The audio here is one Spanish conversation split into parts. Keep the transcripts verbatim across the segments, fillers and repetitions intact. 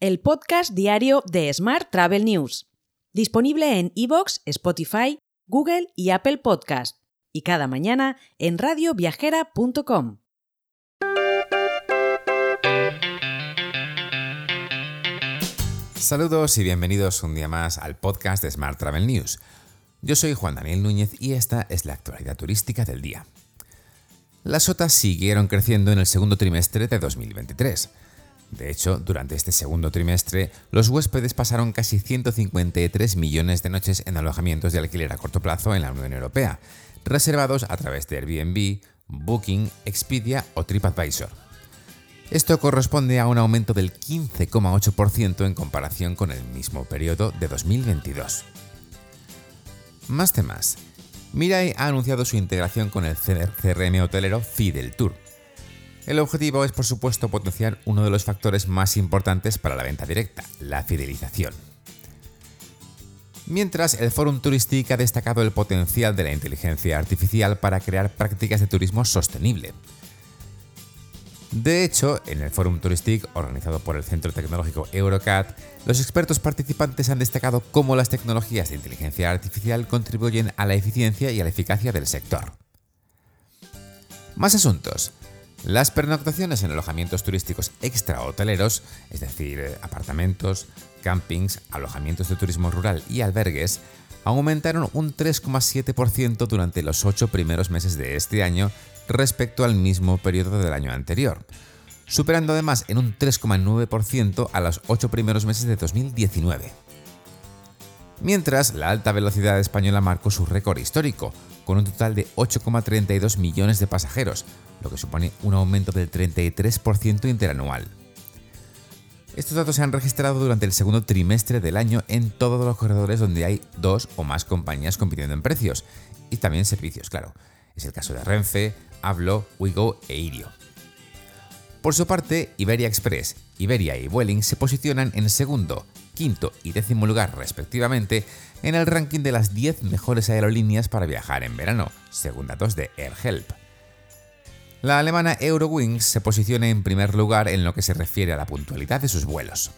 el podcast diario de Smart Travel News, disponible en iVoox, Spotify, Google y Apple Podcast, y cada mañana en radio viajera punto com. Saludos y bienvenidos un día más al podcast de Smart Travel News. Yo soy Juan Daniel Núñez y esta es la actualidad turística del día. Las O T A siguieron creciendo en el segundo trimestre de dos mil veintitrés. De hecho, durante este segundo trimestre, los huéspedes pasaron casi ciento cincuenta y tres millones de noches en alojamientos de alquiler a corto plazo en la Unión Europea, reservados a través de Airbnb, Booking, Expedia o TripAdvisor. Esto corresponde a un aumento del quince coma ocho por ciento en comparación con el mismo periodo de dos mil veintidós. Más temas. Mirai ha anunciado su integración con el C R M hotelero Fideltour. El objetivo es, por supuesto, potenciar uno de los factores más importantes para la venta directa, la fidelización. Mientras, el Forum Touristic ha destacado el potencial de la inteligencia artificial para crear prácticas de turismo sostenible. De hecho, en el Forum Touristic, organizado por el Centro Tecnológico Eurocat, los expertos participantes han destacado cómo las tecnologías de inteligencia artificial contribuyen a la eficiencia y a la eficacia del sector. Más asuntos. Las pernoctaciones en alojamientos turísticos extrahoteleros, es decir, apartamentos, campings, alojamientos de turismo rural y albergues, aumentaron un tres coma siete por ciento durante los ocho primeros meses de este año respecto al mismo periodo del año anterior, superando además en un tres coma nueve por ciento a los ocho primeros meses de dos mil diecinueve. Mientras, la alta velocidad española marcó su récord histórico, con un total de ocho coma treinta y dos millones de pasajeros, lo que supone un aumento del treinta y tres por ciento interanual. Estos datos se han registrado durante el segundo trimestre del año en todos los corredores donde hay dos o más compañías compitiendo en precios, y también servicios, claro. Es el caso de Renfe, Avlo, Wigo e Irio. Por su parte, Iberia Express, Iberia y Vueling se posicionan en segundo, quinto y décimo lugar respectivamente en el ranking de las diez mejores aerolíneas para viajar en verano, según datos de AirHelp. La alemana Eurowings se posiciona en primer lugar en lo que se refiere a la puntualidad de sus vuelos.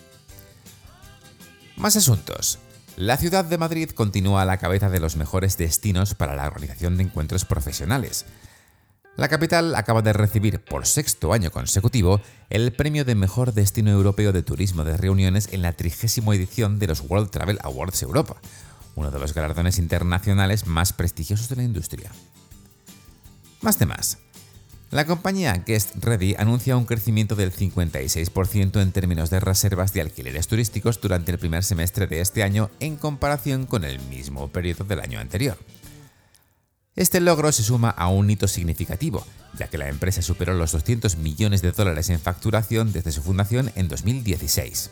Más asuntos. La ciudad de Madrid continúa a la cabeza de los mejores destinos para la organización de encuentros profesionales. La capital acaba de recibir por sexto año consecutivo el premio de Mejor Destino Europeo de Turismo de Reuniones en la trigésima edición de los World Travel Awards Europa, uno de los galardones internacionales más prestigiosos de la industria. Más temas. La compañía Guest Ready anuncia un crecimiento del cincuenta y seis por ciento en términos de reservas de alquileres turísticos durante el primer semestre de este año en comparación con el mismo periodo del año anterior. Este logro se suma a un hito significativo, ya que la empresa superó los doscientos millones de dólares en facturación desde su fundación en dos mil dieciséis.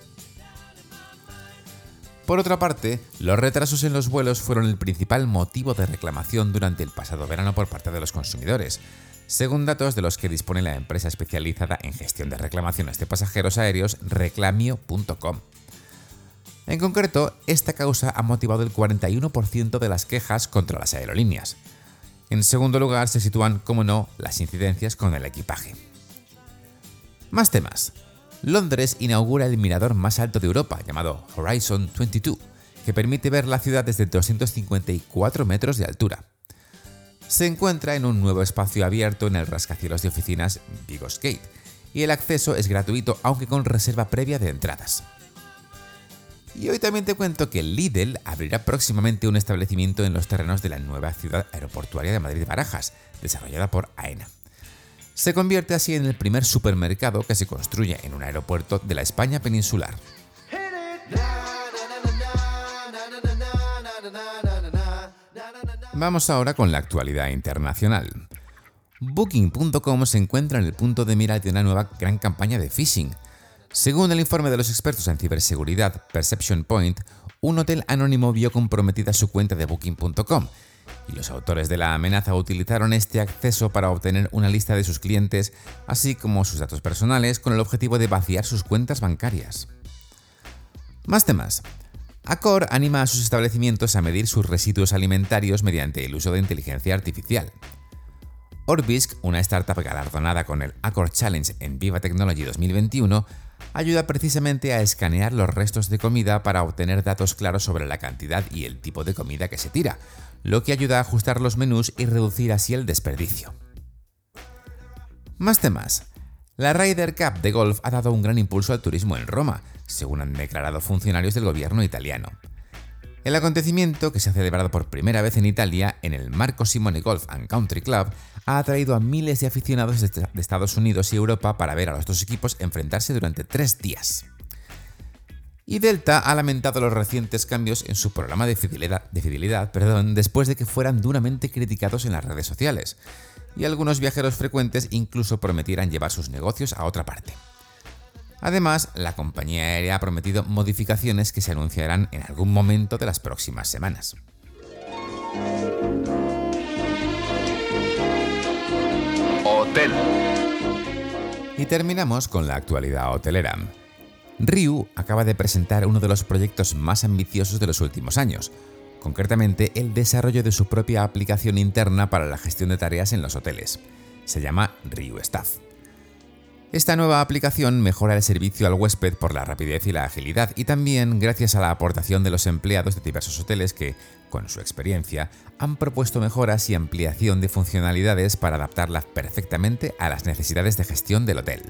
Por otra parte, los retrasos en los vuelos fueron el principal motivo de reclamación durante el pasado verano por parte de los consumidores, según datos de los que dispone la empresa especializada en gestión de reclamaciones de pasajeros aéreos reclamio punto com. En concreto, esta causa ha motivado el cuarenta y uno por ciento de las quejas contra las aerolíneas. En segundo lugar se sitúan, como no, las incidencias con el equipaje. Más temas. Londres inaugura el mirador más alto de Europa, llamado Horizon veintidós, que permite ver la ciudad desde doscientos cincuenta y cuatro metros de altura. Se encuentra en un nuevo espacio abierto en el rascacielos de oficinas Bishopsgate, y el acceso es gratuito, aunque con reserva previa de entradas. Y hoy también te cuento que Lidl abrirá próximamente un establecimiento en los terrenos de la nueva ciudad aeroportuaria de Madrid-Barajas, desarrollada por AENA. Se convierte así en el primer supermercado que se construye en un aeropuerto de la España peninsular. Vamos ahora con la actualidad internacional. Booking punto com se encuentra en el punto de mira de una nueva gran campaña de phishing. Según el informe de los expertos en ciberseguridad Perception Point, un hotel anónimo vio comprometida su cuenta de Booking punto com y los autores de la amenaza utilizaron este acceso para obtener una lista de sus clientes, así como sus datos personales, con el objetivo de vaciar sus cuentas bancarias. Más temas. Accor anima a sus establecimientos a medir sus residuos alimentarios mediante el uso de inteligencia artificial. Orbisk, una startup galardonada con el Accor Challenge en Viva Technology dos mil veintiuno, ayuda precisamente a escanear los restos de comida para obtener datos claros sobre la cantidad y el tipo de comida que se tira, lo que ayuda a ajustar los menús y reducir así el desperdicio. Más temas. La Ryder Cup de golf ha dado un gran impulso al turismo en Roma, según han declarado funcionarios del gobierno italiano. El acontecimiento, que se ha celebrado por primera vez en Italia en el Marco Simone Golf and Country Club, ha atraído a miles de aficionados de Estados Unidos y Europa para ver a los dos equipos enfrentarse durante tres días. Y Delta ha lamentado los recientes cambios en su programa de fidelidad, de fidelidad perdón, después de que fueran duramente criticados en las redes sociales, y algunos viajeros frecuentes incluso prometieran llevar sus negocios a otra parte. Además, la compañía aérea ha prometido modificaciones que se anunciarán en algún momento de las próximas semanas. Hotel. Y terminamos con la actualidad hotelera. Riu acaba de presentar uno de los proyectos más ambiciosos de los últimos años, concretamente el desarrollo de su propia aplicación interna para la gestión de tareas en los hoteles. Se llama Riu Staff. Esta nueva aplicación mejora el servicio al huésped por la rapidez y la agilidad y también gracias a la aportación de los empleados de diversos hoteles que, con su experiencia, han propuesto mejoras y ampliación de funcionalidades para adaptarla perfectamente a las necesidades de gestión del hotel.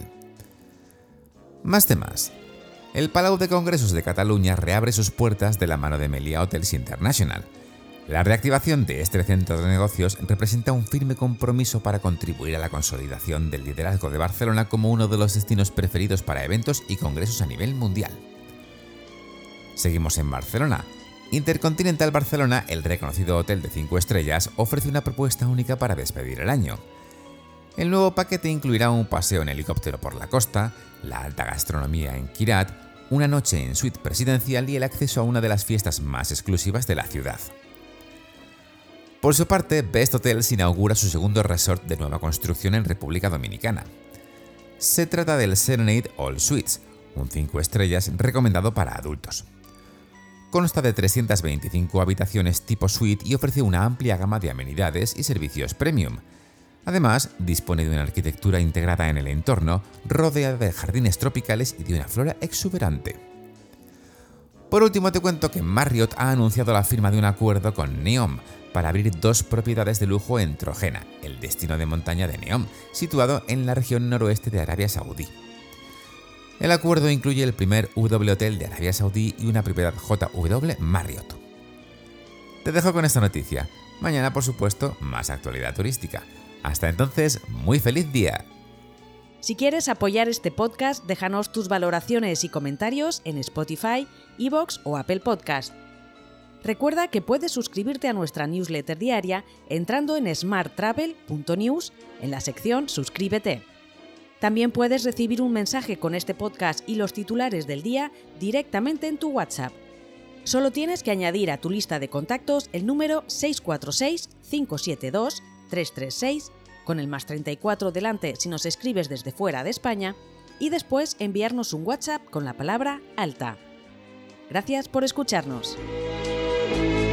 Más temas. El Palau de Congresos de Cataluña reabre sus puertas de la mano de Meliá Hotels International. La reactivación de este centro de negocios representa un firme compromiso para contribuir a la consolidación del liderazgo de Barcelona como uno de los destinos preferidos para eventos y congresos a nivel mundial. Seguimos en Barcelona. Intercontinental Barcelona, el reconocido hotel de cinco estrellas, ofrece una propuesta única para despedir el año. El nuevo paquete incluirá un paseo en helicóptero por la costa, la alta gastronomía en Kirat, una noche en suite presidencial y el acceso a una de las fiestas más exclusivas de la ciudad. Por su parte, Best Hotels inaugura su segundo resort de nueva construcción en República Dominicana. Se trata del Serenade All Suites, un cinco estrellas recomendado para adultos. Consta de trescientas veinticinco habitaciones tipo suite y ofrece una amplia gama de amenidades y servicios premium. Además, dispone de una arquitectura integrada en el entorno, rodeada de jardines tropicales y de una flora exuberante. Por último, te cuento que Marriott ha anunciado la firma de un acuerdo con Neom para abrir dos propiedades de lujo en Trojena, el destino de montaña de Neom, situado en la región noroeste de Arabia Saudí. El acuerdo incluye el primer W Hotel de Arabia Saudí y una propiedad J W Marriott. Te dejo con esta noticia. Mañana, por supuesto, más actualidad turística. Hasta entonces, muy feliz día. Si quieres apoyar este podcast, déjanos tus valoraciones y comentarios en Spotify, iVoox o Apple Podcast. Recuerda que puedes suscribirte a nuestra newsletter diaria entrando en smart travel punto news en la sección Suscríbete. También puedes recibir un mensaje con este podcast y los titulares del día directamente en tu WhatsApp. Solo tienes que añadir a tu lista de contactos el número seis cuatro seis, cinco siete dos, tres tres seis, con el más treinta y cuatro delante si nos escribes desde fuera de España, y después enviarnos un WhatsApp con la palabra alta. Gracias por escucharnos.